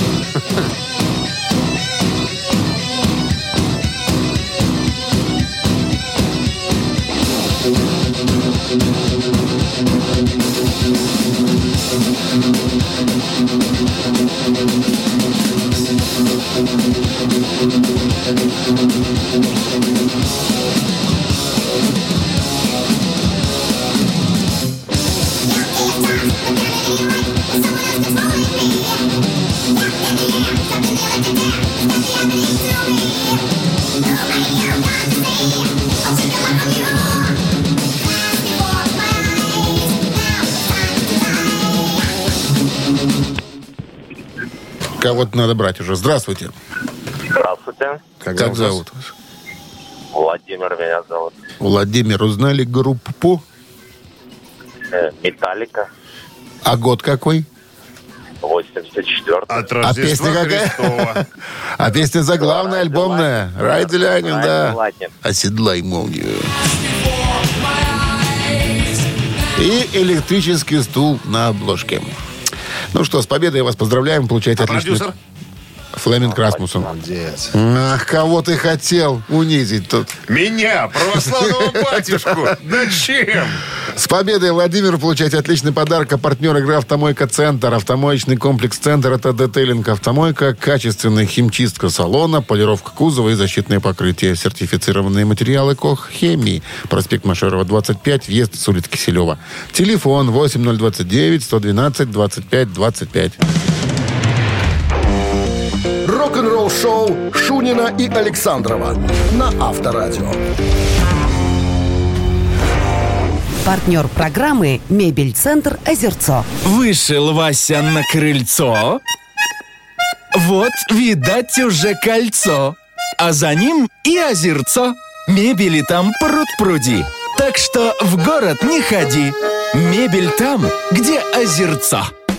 [SPEAKER 4] Кого-то надо брать уже. Здравствуйте.
[SPEAKER 7] Здравствуйте.
[SPEAKER 4] Как зовут вас?
[SPEAKER 7] Владимир меня зовут.
[SPEAKER 4] Владимир, узнали группу?
[SPEAKER 7] Металлика.
[SPEAKER 4] А год какой?
[SPEAKER 7] 84-й.
[SPEAKER 5] От Рождества Христова.
[SPEAKER 4] А песня заглавная, альбомная. Ride the Lightning, да. Оседлай молнию. И электрический стул на обложке. Ну что, с победой вас поздравляем. Получаете отличный...
[SPEAKER 5] Продюсер?
[SPEAKER 4] Флеминг Расмуссен.
[SPEAKER 5] Молодец.
[SPEAKER 4] Ах, кого ты хотел унизить тут?
[SPEAKER 5] Меня, православного батюшку. Да чем?
[SPEAKER 4] С победой, Владимир! Получайте отличный подарок. А партнер игры «Автомойка Центр». Автомоечный комплекс «Центр» — это детейлинг «Автомойка», качественная химчистка салона, полировка кузова и защитные покрытия. Сертифицированные материалы «Кох Хемии». Проспект Машерова, 25, въезд с улицы Киселева. Телефон 8029-112-25-25.
[SPEAKER 9] Рок-н-ролл-шоу Шунина и Александрова на Авторадио.
[SPEAKER 2] Партнер программы «Мебель-центр Озерцо».
[SPEAKER 3] Вышел Вася на крыльцо. Вот, видать, уже кольцо. А за ним и озерцо. Мебели там пруд-пруди. Так что в город не ходи. Мебель там, где озерцо.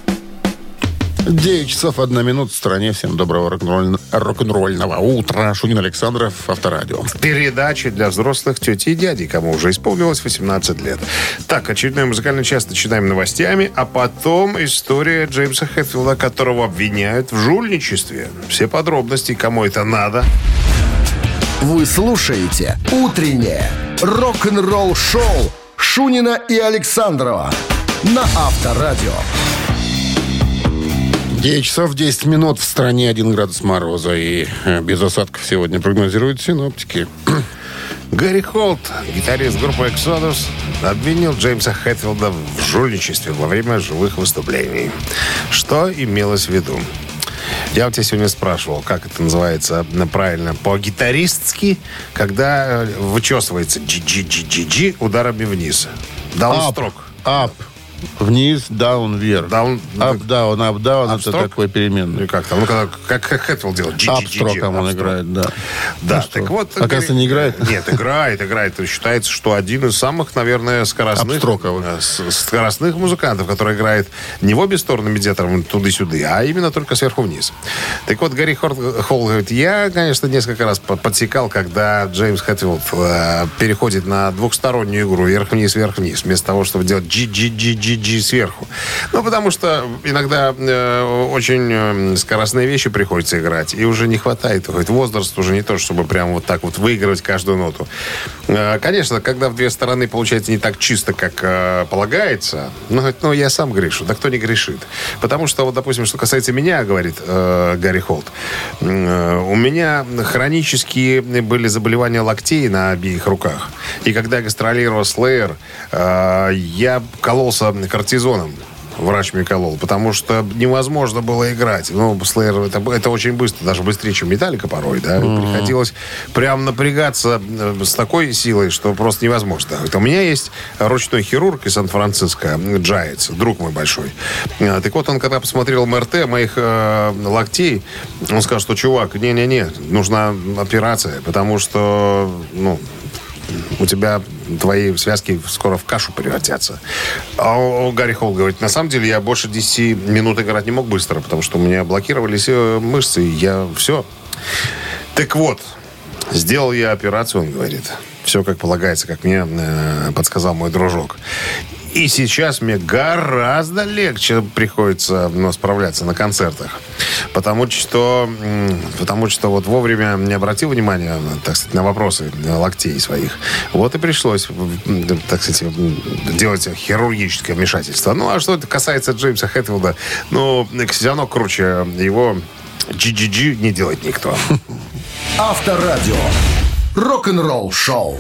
[SPEAKER 4] 9 часов 1 минута в стране. Всем доброго рок-н-ролльного утра. Шунин, Александров, Авторадио.
[SPEAKER 5] Передачи для взрослых тети и дяди, кому уже исполнилось 18 лет. Так, очередной музыкальный час начинаем новостями, а потом история Джеймса Хэтфилда, которого обвиняют в жульничестве. Все подробности, кому это надо.
[SPEAKER 9] Вы слушаете «Утреннее рок-н-ролл-шоу» Шунина и Александрова на Авторадио.
[SPEAKER 4] 9 часов 10 минут в стране, 1 градус мороза и без осадков сегодня прогнозируют синоптики.
[SPEAKER 5] Гэри Холт, гитарист группы Exodus, обвинил Джеймса Хэтфилда в жульничестве во время живых выступлений. Что имелось в виду? Я у тебя сегодня спрашивал, как это называется правильно по-гитаристски, когда вычесывается джи-джи-джи-джи ударами вниз. Даунстрок.
[SPEAKER 4] Ап. Вниз, даун, вверх.
[SPEAKER 5] Даун,
[SPEAKER 4] ап, даун, это такой переменный.
[SPEAKER 5] Ну, как там? Ну, как Хэтфилд делает.
[SPEAKER 4] Апстроком он играет, да.
[SPEAKER 5] Да,
[SPEAKER 4] ну,
[SPEAKER 5] так вот...
[SPEAKER 4] Оказывается, не играет?
[SPEAKER 5] Нет, играет. Считается, что один из самых, наверное, скоростных музыкантов, который играет не в обе стороны медиатором туда-сюда, а именно только сверху вниз. Так вот, Гэри Холт говорит, я, конечно, несколько раз подсекал, когда Джеймс Хэтфилд переходит на двухстороннюю игру вверх-вниз, вверх-вниз, вместо того, чтобы делать джи-джи-джи-джи сверху. Ну, потому что иногда очень скоростные вещи приходится играть, и уже не хватает. Возраст уже не то, чтобы прям вот так вот выигрывать каждую ноту. Конечно, когда в две стороны получается не так чисто, как полагается, но я сам грешу. Да кто не грешит? Потому что, вот, допустим, что касается меня, говорит Гэри Холт, у меня хронические были заболевания локтей на обеих руках. И когда я гастролировал Slayer, я кололся кортизоном. Врач мне колол, потому что невозможно было играть. Ну, Slayer, это очень быстро, даже быстрее, чем Металлика порой, да. Приходилось прям напрягаться с такой силой, что просто невозможно. У меня есть ручной хирург из Сан-Франциско, Джайц, друг мой большой. Так вот, он когда посмотрел МРТ моих локтей, он сказал, что, чувак, не-не-не, нужна операция, потому что, у тебя твои связки скоро в кашу превратятся. А Гэри Холт говорит, на самом деле я больше 10 минут играть не мог быстро, потому что у меня блокировались мышцы, и я все. Так вот, сделал я операцию, он говорит. Все как полагается, как мне подсказал мой дружок. И сейчас мне гораздо легче приходится справляться на концертах. Потому что вот вовремя не обратил внимания, так сказать, на вопросы локтей своих. Вот и пришлось, так сказать, делать хирургическое вмешательство. Ну, а что это касается Джеймса Хэтфилда, все равно круче его GGG не делает никто.
[SPEAKER 9] Авторадио. Рок-н-ролл шоу.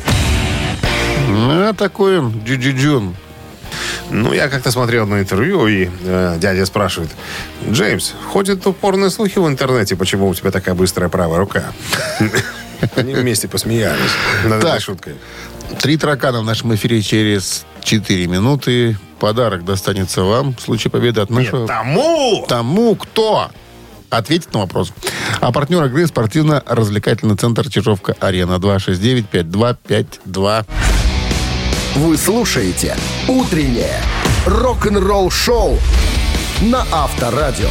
[SPEAKER 4] Такое GGG.
[SPEAKER 5] Я как-то смотрел на интервью, и дядя спрашивает, Джеймс, ходят упорные слухи в интернете, почему у тебя такая быстрая правая рука? Они вместе посмеялись над этой шуткой.
[SPEAKER 4] 3 таракана в нашем эфире через 4 минуты. Подарок достанется вам в случае победы от нашего...
[SPEAKER 5] Нет,
[SPEAKER 4] тому, кто ответит на вопрос. А партнер игры — спортивно-развлекательный центр «Чижовка-Арена». 269-5252.
[SPEAKER 9] Вы слушаете «Утреннее рок-н-ролл-шоу» на Авторадио.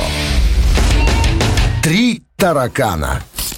[SPEAKER 9] 3 таракана.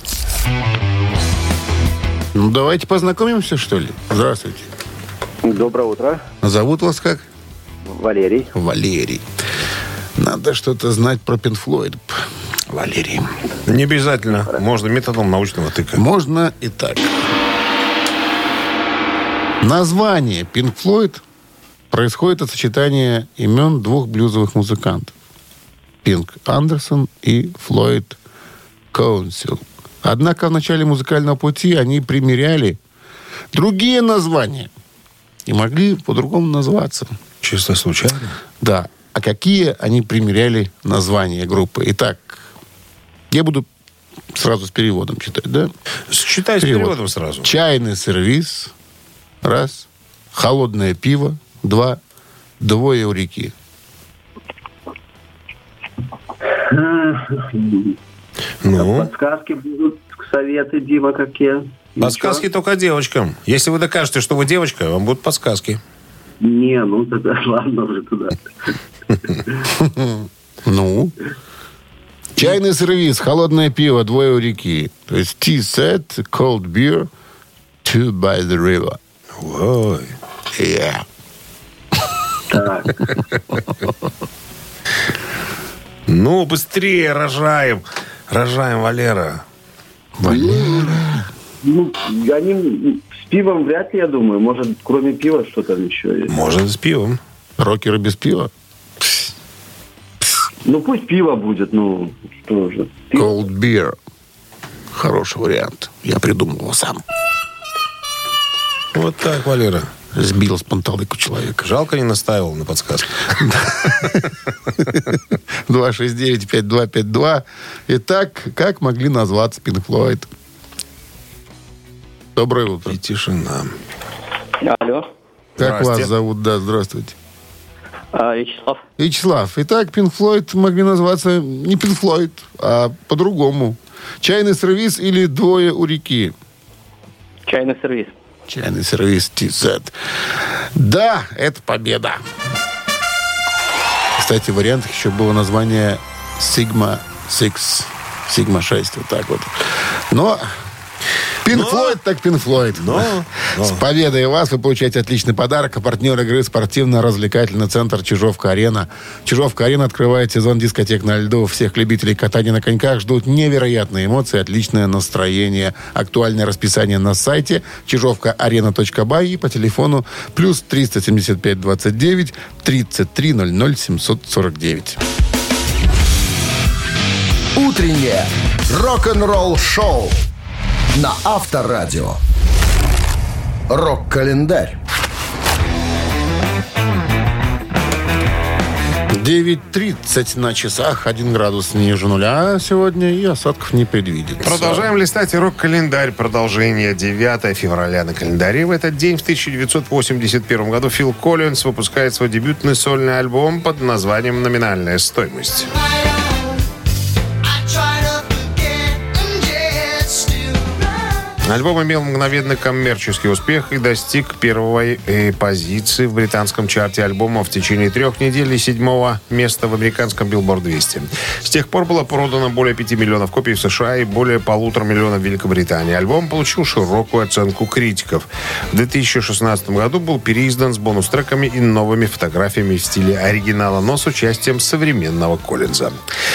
[SPEAKER 4] Давайте познакомимся, что ли? Здравствуйте.
[SPEAKER 10] Доброе утро.
[SPEAKER 4] Зовут вас как?
[SPEAKER 10] Валерий.
[SPEAKER 4] Валерий. Надо что-то знать про Pink Floyd. Валерий.
[SPEAKER 5] Не обязательно. Можно методом научного тыка.
[SPEAKER 4] Можно и так. Название Pink Floyd происходит от сочетания имен двух блюзовых музыкантов. Пинк Андерсон и Флойд Коунсил. Однако в начале музыкального пути они примеряли другие названия и могли по-другому называться.
[SPEAKER 5] Чисто случайно?
[SPEAKER 4] Да. А какие они примеряли названия группы? Итак, я буду сразу с переводом читать, да?
[SPEAKER 5] Читай с переводом сразу.
[SPEAKER 4] Чайный сервиз. Раз. Холодное пиво. Два. Двое у реки.
[SPEAKER 5] Ну?
[SPEAKER 10] Подсказки будут, советы, Дима, какие?
[SPEAKER 5] Подсказки только девочкам. Если вы докажете, что вы девочка, вам будут подсказки.
[SPEAKER 10] Не, ну тогда ладно уже туда.
[SPEAKER 4] Ну? Чайный сервиз, холодное пиво, двое у реки. То есть tea set, cold beer, two by the river.
[SPEAKER 5] Ой.
[SPEAKER 4] Yeah.
[SPEAKER 10] Так.
[SPEAKER 5] Ну, быстрее рожаем. Рожаем, Валера.
[SPEAKER 10] Ну, они с пивом вряд ли, я думаю. Может, кроме пива что-то еще есть.
[SPEAKER 5] Может, с пивом.
[SPEAKER 4] Рокеры без пива?
[SPEAKER 10] Ну, пусть пиво будет, ну, что же.
[SPEAKER 4] Cold beer. Хороший вариант. Я придумал его сам.
[SPEAKER 5] Вот так, Валера.
[SPEAKER 4] Сбил с панталыку человека.
[SPEAKER 5] Жалко, не настаивал на подсказку.
[SPEAKER 4] 269-5252. Итак, как могли назваться Pink Floyd? Доброе утро.
[SPEAKER 5] И тишина.
[SPEAKER 10] Алло.
[SPEAKER 4] Как вас зовут? Да, здравствуйте.
[SPEAKER 10] Вячеслав.
[SPEAKER 4] Вячеслав. Итак, Pink Floyd могли назваться не Pink Floyd, а по-другому. Чайный сервиз или двое у реки?
[SPEAKER 10] Чайный сервиз.
[SPEAKER 4] Чайный сервиз TZ. Да, это победа. Кстати, в вариантах еще было название Sigma 6. Sigma 6, вот так вот. Но Pink Floyd так Pink Floyd. С победой вас вы получаете отличный подарок. А партнер игры спортивно-развлекательный центр «Чижовка-арена». «Чижовка-арена» открывает сезон дискотек на льду. Всех любителей катания на коньках ждут невероятные эмоции, отличное настроение. Актуальное расписание на сайте чижовкаарена.бай и по телефону плюс 375 29 33 00 749.
[SPEAKER 9] Утреннее рок-н-ролл-шоу на Авторадио. Рок-календарь.
[SPEAKER 4] 9:30 на часах, 1 градус ниже нуля сегодня, и осадков не предвидится.
[SPEAKER 5] Продолжаем листать рок-календарь. Продолжение 9 февраля на календаре. В этот день, в 1981 году, Фил Коллинз выпускает свой дебютный сольный альбом под названием «Номинальная стоимость». Альбом имел мгновенный коммерческий успех и достиг первой позиции в британском чарте альбомов в течение 3 недель и 7-го места в американском Billboard 200. С тех пор было продано более 5 миллионов копий в США и более 1,5 миллиона в Великобритании. Альбом получил широкую оценку критиков. В 2016 году был переиздан с бонус-треками и новыми фотографиями в стиле оригинала, но с участием современного Коллинза.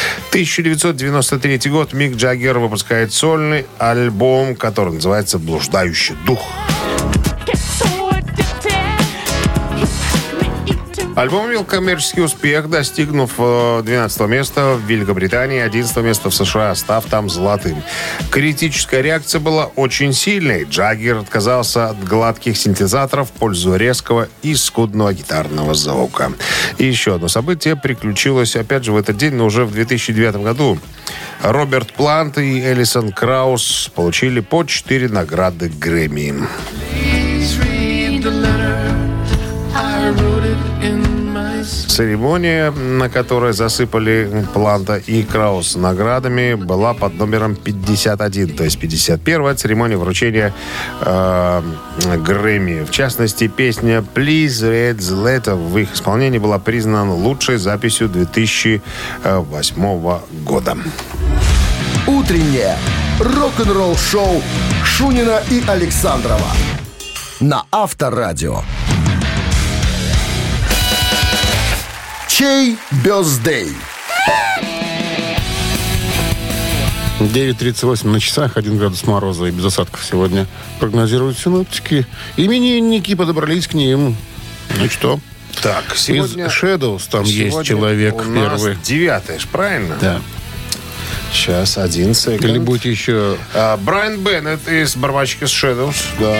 [SPEAKER 5] 1993 год. Мик Джаггер выпускает сольный альбом, который называется «Блуждающий дух». Альбом имел коммерческий успех, достигнув 12 места в Великобритании, 11 места в США, став там золотым. Критическая реакция была очень сильной. Джаггер отказался от гладких синтезаторов в пользу резкого и скудного гитарного звука. И еще одно событие приключилось, опять же, в этот день, но уже в 2009 году. Роберт Плант и Элисон Краус получили по 4 награды Грэмми. Церемония, на которой засыпали Планта и Краус наградами, была под номером 51, то есть 51-я церемония вручения Грэмми. В частности, песня «Please Read the Letter» в их исполнении была признана лучшей записью 2008 года.
[SPEAKER 9] Утреннее рок-н-ролл-шоу Шунина и Александрова на Авторадио. Чей бёздей?
[SPEAKER 4] 9:38 на часах, 1 градус мороза и без осадков сегодня прогнозируют синоптики. Именинники подобрались к ним. Ну что?
[SPEAKER 5] Так, сегодня...
[SPEAKER 4] Из Shadows там есть человек
[SPEAKER 5] у нас
[SPEAKER 4] первый.
[SPEAKER 5] 9-й, ж, правильно?
[SPEAKER 4] Да.
[SPEAKER 5] Сейчас, 1 секунд.
[SPEAKER 4] Или будет еще...
[SPEAKER 5] Брайан Беннет из «Барабанщика с Shadows». Да.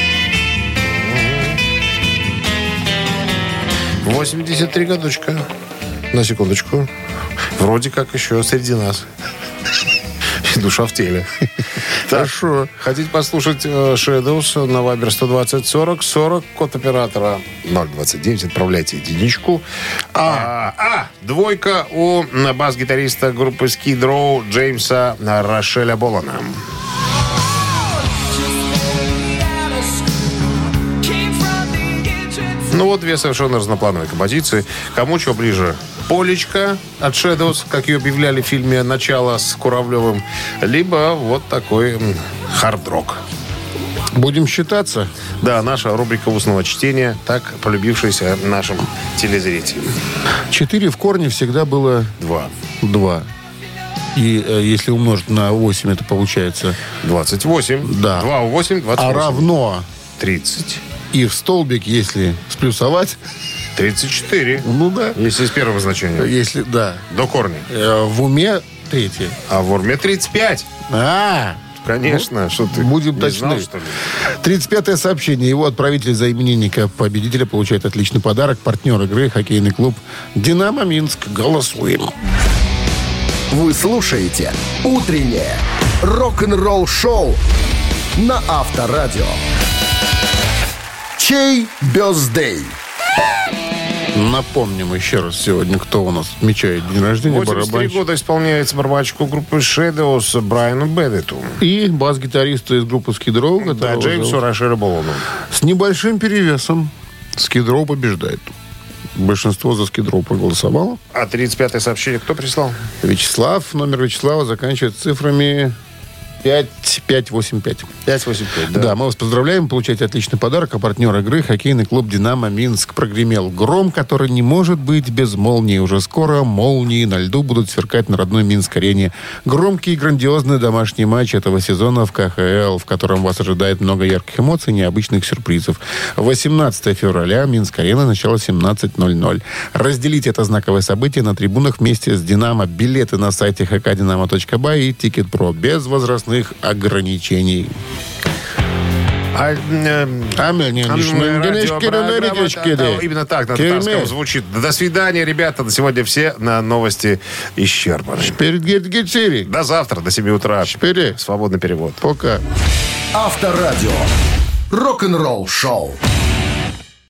[SPEAKER 5] 83 годочка. На секундочку. Вроде как еще среди нас. Душа в теле. Хорошо. Хотите послушать Shadows на Viber 120-40-40, код оператора 029, отправляйте единичку. Двойка у бас-гитариста группы Skid Row Джеймса Рошеля Болана. Ну вот две совершенно разноплановые композиции. Кому что ближе? Полечка от Shadows, как ее объявляли в фильме «Начало» с Куравлевым, либо вот такой хард-рок.
[SPEAKER 4] Будем считаться?
[SPEAKER 5] Да, наша рубрика устного чтения, так полюбившаяся нашим телезрителям.
[SPEAKER 4] 4 в корне всегда было 2. И если умножить на 8, это получается...
[SPEAKER 5] 28.
[SPEAKER 4] Да.
[SPEAKER 5] 2 в 8, 28.
[SPEAKER 4] А равно...
[SPEAKER 5] 30.
[SPEAKER 4] И в столбик, если сплюсовать...
[SPEAKER 5] 34.
[SPEAKER 4] Ну да.
[SPEAKER 5] Если с первого значения.
[SPEAKER 4] Если, да.
[SPEAKER 5] До корня.
[SPEAKER 4] В уме 3.
[SPEAKER 5] А в уме 35. Конечно. Что ты,
[SPEAKER 4] будем
[SPEAKER 5] не
[SPEAKER 4] точны.
[SPEAKER 5] знал, что ли?
[SPEAKER 4] 35-е сообщение. Его отправитель за именинника победителя получает отличный подарок. Партнер игры — хоккейный клуб «Динамо Минск». Голосуем.
[SPEAKER 9] Вы слушаете «Утреннее рок-н-ролл-шоу» на Авторадио. Чей бёздей?
[SPEAKER 4] Напомним еще раз сегодня, кто у нас отмечает день рождения.
[SPEAKER 5] 83 года исполняется барабанщику группы Shadows Брайану Беннету.
[SPEAKER 4] И бас-гитаристу из группы Skid Row.
[SPEAKER 5] Да, Джеймсу Рошелю Болану.
[SPEAKER 4] С небольшим перевесом Skid Row побеждает. Большинство за Skid Row проголосовало.
[SPEAKER 5] А 35-е сообщение кто прислал?
[SPEAKER 4] Вячеслав. Номер Вячеслава заканчивается цифрами 5585.
[SPEAKER 5] 585, да.
[SPEAKER 4] Да, мы вас поздравляем. Получаете отличный подарок. А партнер игры — хоккейный клуб «Динамо Минск». Прогремел гром, который не может быть без молнии. Уже скоро молнии на льду будут сверкать на родной Минск-арене. Громкий и грандиозный домашний матч этого сезона в КХЛ, в котором вас ожидает много ярких эмоций и необычных сюрпризов. 18 февраля, Минск-арена, начало 17:00. Разделите это знаковое событие на трибунах вместе с «Динамо». Билеты на сайте hkdinamo.by и Ticket.pro без возрастных ограничений.
[SPEAKER 5] Именно так, на татарском звучит. До свидания, ребята. На сегодня все на новости исчерпаны. До завтра, до 7 утра. Свободный перевод.
[SPEAKER 4] Пока.
[SPEAKER 9] Авторадио. Рок-н-ролл шоу.